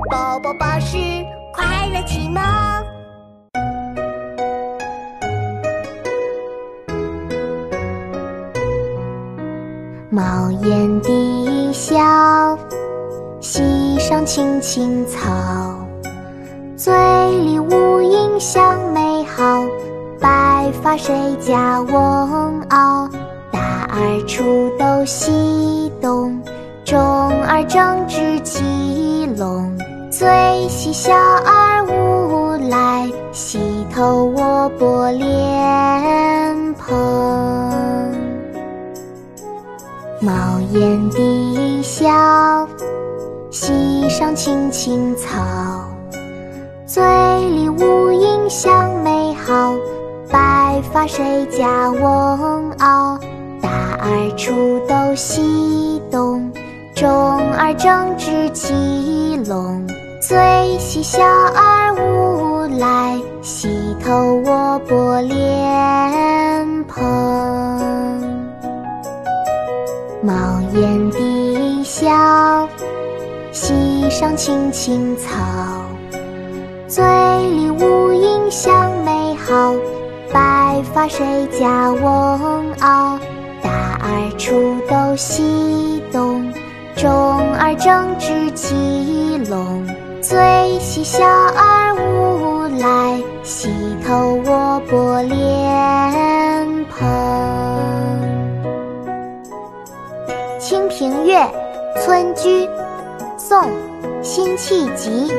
宝宝巴士快乐启蒙。 茅檐低笑，溪上青青草。醉里吴音相美好，白发谁家翁媪？大儿出斗西东，中儿正直鸡笼。最喜小儿无来，溪头卧剥莲蓬。茅檐低笑，溪上青青草。醉里吴音相美好，白发谁家翁媪？大儿出斗西东，中儿正直鸡笼。最喜小儿无来，溪头卧剥莲蓬。茅檐低笑，溪上青青草。醉里吴音相美好，白发谁家翁媪？大儿出斗西东，中儿正直鸡笼。最喜小儿无来，溪头卧剥莲蓬。《清平乐·村居》宋·辛弃疾。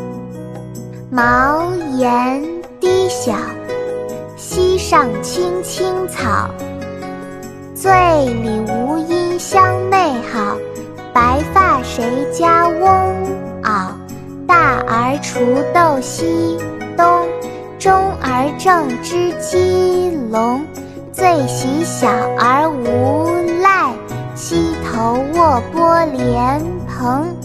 茅檐低笑，溪上青青草。醉里吴音相美好，白发谁家翁媪？大儿出斗西东，中儿正直鸡笼。最喜小儿无赖，溪头卧剥莲蓬。